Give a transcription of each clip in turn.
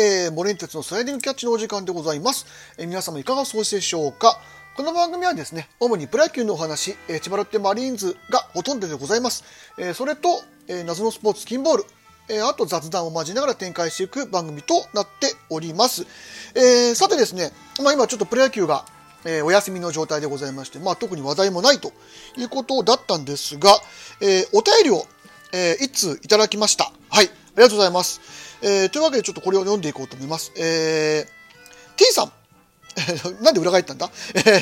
モレンテツのスライディングキャッチのお時間でございます。皆様いかがお過ごしでしょうか。この番組はですね、主にプロ野球のお話、千葉ロッテマリーンズがほとんどでございます。それと、謎のスポーツキンボール、あと雑談を交えながら展開していく番組となっております。さてですね、今ちょっとプロ野球が、お休みの状態でございまして、特に話題もないということだったんですが、お便りを、一通いただきました。はい、ありがとうございます。というわけでちょっとこれを読んでいこうと思います。T さんなんで裏返ったんだ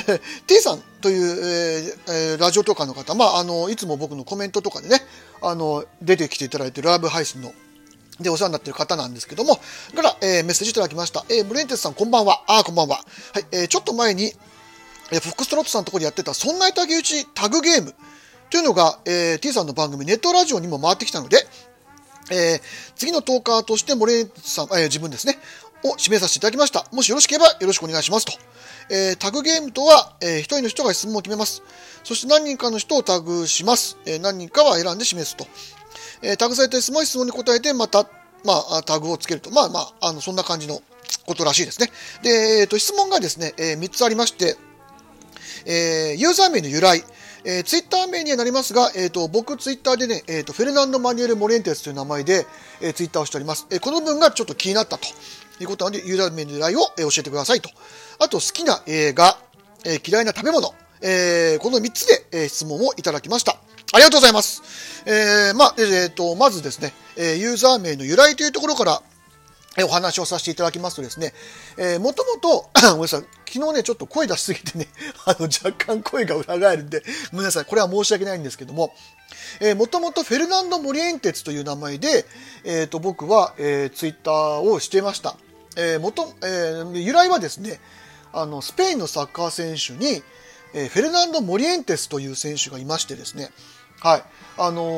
T さんという、ラジオトーカーの方、いつも僕のコメントとかでね、出てきていただいてライブ配信のでお世話になっている方なんですけども、から、メッセージいただきました。モレンテスさんこんばんは。こんばんは。はい、ちょっと前に、フォックストロットさんのところでやってたそんな竹内タグゲームというのが、T さんの番組ネットラジオにも回ってきたので、次のトーカーとしてモレンテスさん、自分ですね、を指名させていただきました。もしよろしければよろしくお願いしますと。タグゲームとは、一人の人が質問を決めます。そして何人かの人をタグします。何人かは選んで示すと。タグされた質問に答えて、また、タグをつけると。そんな感じのことらしいですね。で、質問がですね、3つありまして、ユーザー名の由来、ツイッター名にはなりますが、僕ツイッターでね、フェルナンド・マニュエル・モレンテスという名前で、ツイッターをしております。この文がちょっと気になったということなので、ユーザー名の由来を、教えてくださいと。あと、好きな映画、嫌いな食べ物、この3つで、質問をいただきました。ありがとうございます。まずですね、ユーザー名の由来というところから、お話をさせていただきますとですね、もともと、ごめんなさい、昨日ね、ちょっと声出しすぎてね、若干声が裏返るんで、ごめんなさい、これは申し訳ないんですけども、もともとフェルナンド・モリエンテツという名前で、僕は、ツイッターをしていました。由来はですね、スペインのサッカー選手に、フェルナンド・モリエンテスという選手がいましてですね、はい、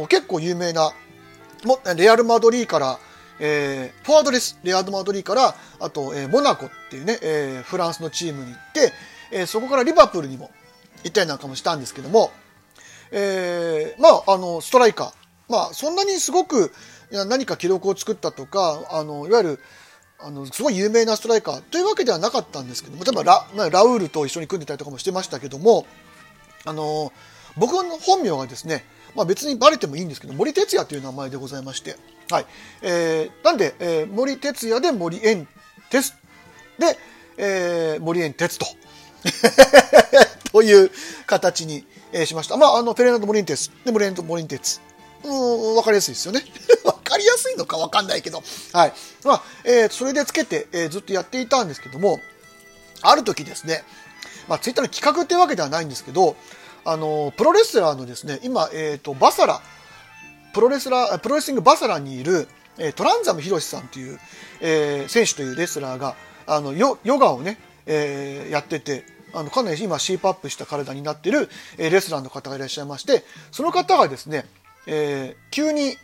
結構有名な、レアル・マドリーから、フォワードです。レアル・マドリーから、あと、モナコっていうね、フランスのチームに行って、そこからリバプールにも行ったりなんかもしたんですけども、ストライカー。そんなにすごく何か記録を作ったとか、いわゆる、すごい有名なストライカーというわけではなかったんですけども、例えばラウールと一緒に組んでたりとかもしてましたけども、僕の本名がですね、別にバレてもいいんですけど、森哲也という名前でございまして、はい。なんで、森哲也で森エンテスで、森エンテツと、という形に、しました。フェルナンド・モリンテスで、モリンテツ。わかりやすいですよね。わかりやすいのかわかんないけど。はい。それでつけて、ずっとやっていたんですけども、ある時ですね、ツイッターの企画っていうわけではないんですけど、プロレスラーのですね、今、バサラ、プロレスリングバサラにいる、トランザムヒロシさんという、選手というレスラーが、ヨガをね、やってて、かなり今シープアップした体になっている、レスラーの方がいらっしゃいまして、その方がですね、急に、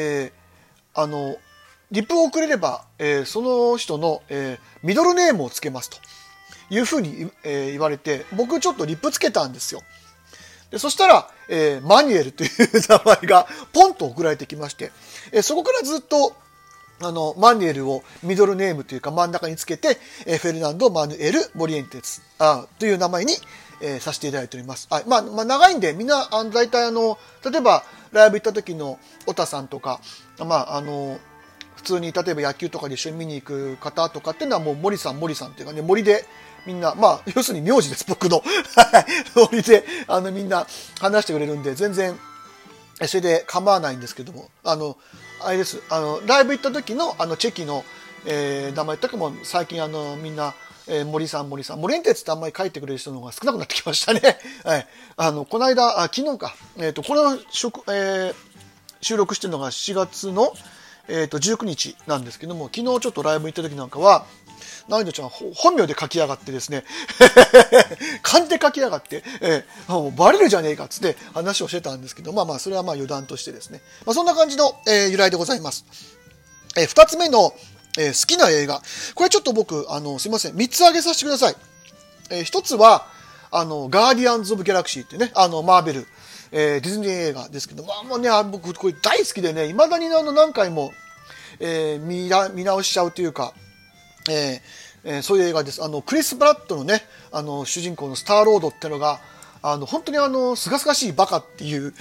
リプをくれれば、その人の、ミドルネームをつけますというふうに、言われて、僕ちょっとリプつけたんですよ。でそしたら、マニュエルという名前がポンと送られてきまして、そこからずっとマニュエルをミドルネームというか真ん中につけて、フェルナンド・マヌエル・モリエンテツという名前に、させていただいております。はい。長いんで、みんな、大体例えば、ライブ行った時のオタさんとか、普通に、例えば野球とかで一緒に見に行く方とかっていうのはもう森さんっていうかね、森で、みんな、要するに名字です、僕の。森で、みんな話してくれるんで、全然、それで構わないんですけども、あれです。ライブ行った時の、チェキの、名前とかも、最近みんな、森さん、モレンテツってあんまり書いてくれる人の方が少なくなってきましたね。はい。この間、昨日か、これを収録してるのが7月の、19日なんですけども、昨日ちょっとライブ行った時なんかは、ナイドちゃん本名で書きやがってですね、漢字で書きやがって、もうバレるじゃねえかっつって話をしてたんですけど、それは余談としてですね。そんな感じの、由来でございます。二つ目の、好きな映画。これちょっと僕、すいません。三つ挙げさせてください。一つは、ガーディアンズ・オブ・ギャラクシーってね、マーベル、ディズニー映画ですけど、もうね、僕、これ大好きでね、未だに何回も、見直しちゃうというか、 そういう映画です。クリス・ブラッドのね、主人公のスターロードっていうのが、本当にすがすがしいバカっていう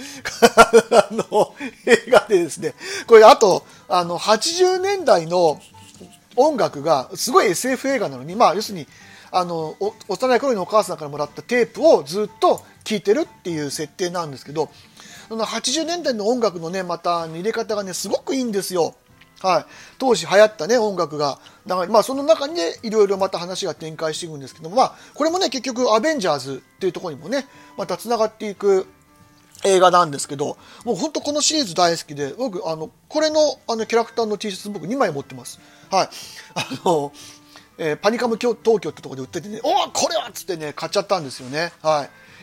映画でですね、これあと、80年代の音楽がすごい SF 映画なのに、要するに、幼い頃にお母さんからもらったテープをずっと聴いてるっていう設定なんですけど、80年代の音楽のね、また入れ方がね、すごくいいんですよ。はい。当時流行ったね、音楽が。その中にね、いろいろまた話が展開していくんですけども、これもね、結局、アベンジャーズっていうところにもね、また繋がっていく映画なんですけど、もう本当このシリーズ大好きで、僕、これの、キャラクターの T シャツ僕2枚持ってます。はい。パニカム東京ってところで売っててね、これはっつってね、買っちゃったんですよね。はい。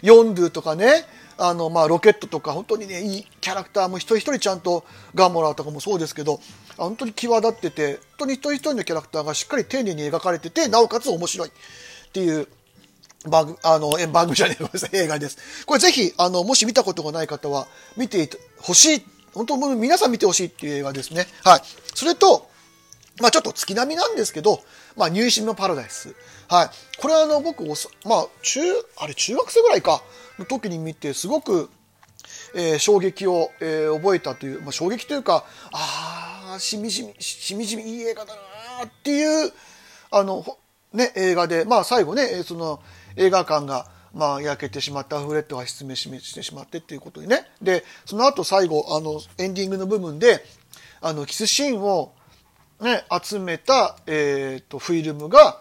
ヨンドゥとかね、ロケットとか、本当にね、いいキャラクターも一人一人ちゃんと、ガンモラーとかもそうですけど、本当に際立ってて、本当に一人一人のキャラクターがしっかり丁寧に描かれてて、なおかつ面白いっていう番組じゃねえ、ごめんなさい、映画です。これぜひ、もし見たことがない方は、見てほしい、本当皆さん見てほしいっていう映画ですね。はい。それと、ちょっと月並みなんですけど、ニューシネマパラダイス。はい。これは僕、中学生ぐらいか、の時に見て、すごく、衝撃を、覚えたという、衝撃というか、しみじみいい映画だなっていう、映画で、最後ね、その映画館が、焼けてしまったフレットが失明してしまってっていうことでね。で、その後最後、エンディングの部分で、キスシーンを、ね、集めた、フィルムが、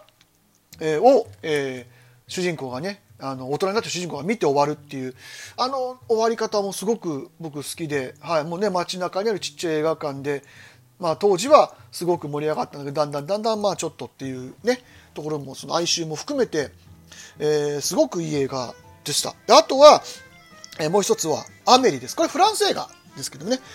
主人公がね、大人になった主人公が見て終わるっていう、終わり方もすごく僕好きで、はい、もうね、街中にあるちっちゃい映画館で、当時はすごく盛り上がったんだけど、だんだんちょっとっていうね、ところも、その哀愁も含めて、すごくいい映画でした。であとは、もう一つは、アメリです。これフランス映画ですけどね、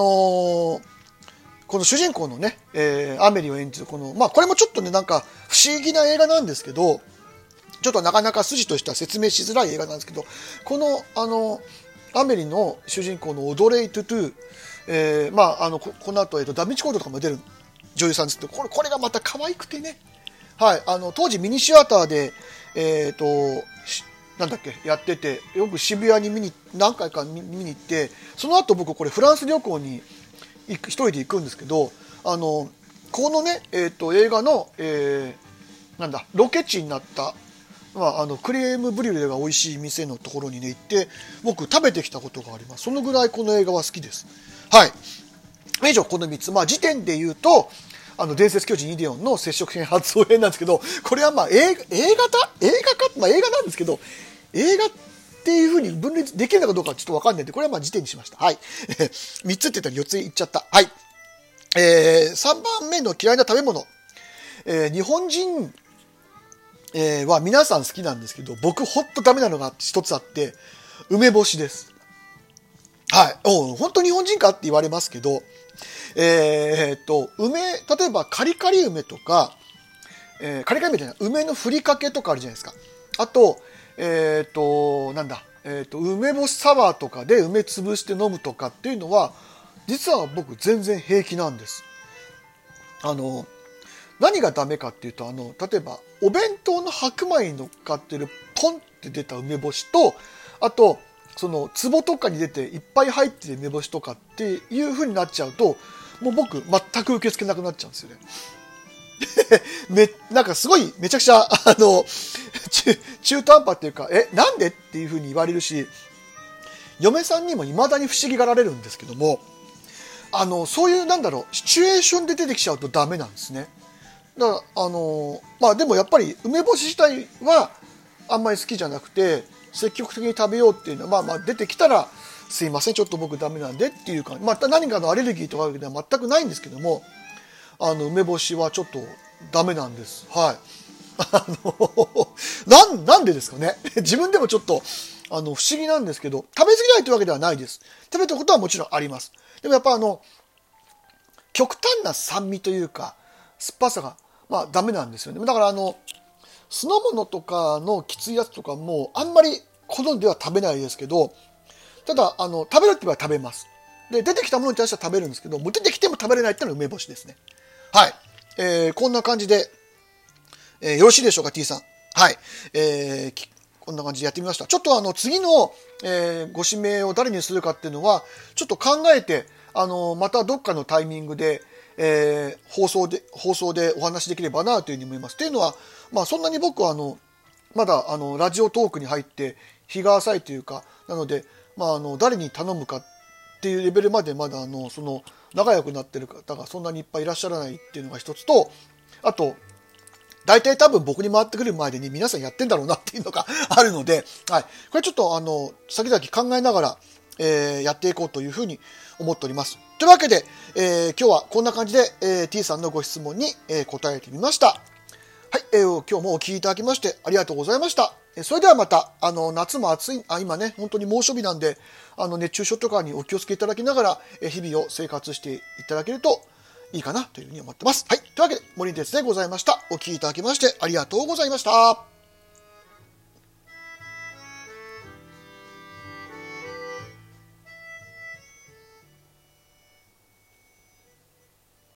この主人公のね、アメリを演じる、これもちょっとね、なんか不思議な映画なんですけど、ちょっとなかなか筋としては説明しづらい映画なんですけど、この、アメリの主人公のオドレイ・トゥトゥ、この後、ダヴィンチコードとかも出る女優さんですけど、これがまた可愛くてね、はい、当時ミニシアターで、なんだっけ、やってて、よく渋谷に何回か見に行って、その後僕これフランス旅行に一人で行くんですけど、このね、映画の、ロケ地になった、クレームブリュレが美味しい店のところにね、行って、僕食べてきたことがあります。そのぐらいこの映画は好きです。はい。以上、この3つ。時点で言うと、伝説巨人イデオンの接触編発送編なんですけど、これは映画なんですけど、映画っていう風に分類できるのかどうかちょっとわかんないんで、これは時点にしました。はい。3つって言ったら4つ言っちゃった。はい。3番目の嫌いな食べ物。日本人、は皆さん好きなんですけど、僕ほんとダメなのが一つあって、梅干しです。はい。本当日本人かって言われますけど、例えばカリカリ梅とか、カリカリ梅じゃない、梅のふりかけとかあるじゃないですか。あと、梅干しサワーとかで梅潰して飲むとかっていうのは、実は僕全然平気なんです。何がダメかっていうと、例えば、お弁当の白米に乗っかってるポンって出た梅干しと、あと、その、壺とかに出ていっぱい入ってる梅干しとかっていう風になっちゃうと、もう僕、全く受け付けなくなっちゃうんですよね。なんかすごい、めちゃくちゃ、中途半端っていうか、なんでっていう風に言われるし、嫁さんにも未だに不思議がられるんですけども、そういう、シチュエーションで出てきちゃうとダメなんですね。だからでもやっぱり梅干し自体はあんまり好きじゃなくて、積極的に食べようっていうのは出てきたらすいませんちょっと僕ダメなんでっていうか、何かのアレルギーとかでは全くないんですけども、梅干しはちょっとダメなんです。はい。なんでですかね。自分でもちょっと不思議なんですけど、食べ過ぎないというわけではないです。食べたことはもちろんあります。でもやっぱ極端な酸味というか酸っぱさがダメなんですよね。だから酢の物とかのきついやつとかもあんまり好んでは食べないですけど、ただ食べるって言えば食べます。で出てきたものに対しては食べるんですけど、もう出てきても食べれないっていうのは梅干しですね。はい、こんな感じでよろしいでしょうか、T さん。はい。こんな感じでやってみました。ちょっと次の、ご指名を誰にするかっていうのは、ちょっと考えて、またどっかのタイミングで、放送でお話しできればなというふうに思います。というのは、まあそんなに僕はまだラジオトークに入って日が浅いというか、なので、まあ誰に頼むかっていうレベルまでまだ仲良くなってる方がそんなにいっぱいいらっしゃらないっていうのが一つと、あと、大体多分僕に回ってくるまでに皆さんやってんだろうなっていうのがあるので、はい。これちょっと先々考えながら、やっていこうというふうに思っております。というわけで、今日はこんな感じで、T さんのご質問に、答えてみました。はい、今日もお聞きいただきましてありがとうございました。それではまた、夏も暑い、今ね、本当に猛暑日なんで、熱中症とかにお気をつけいただきながら、日々を生活していただけるといいかなというふうに思ってます。はい。というわけで、森哲でございました。お聞きいただきましてありがとうございました。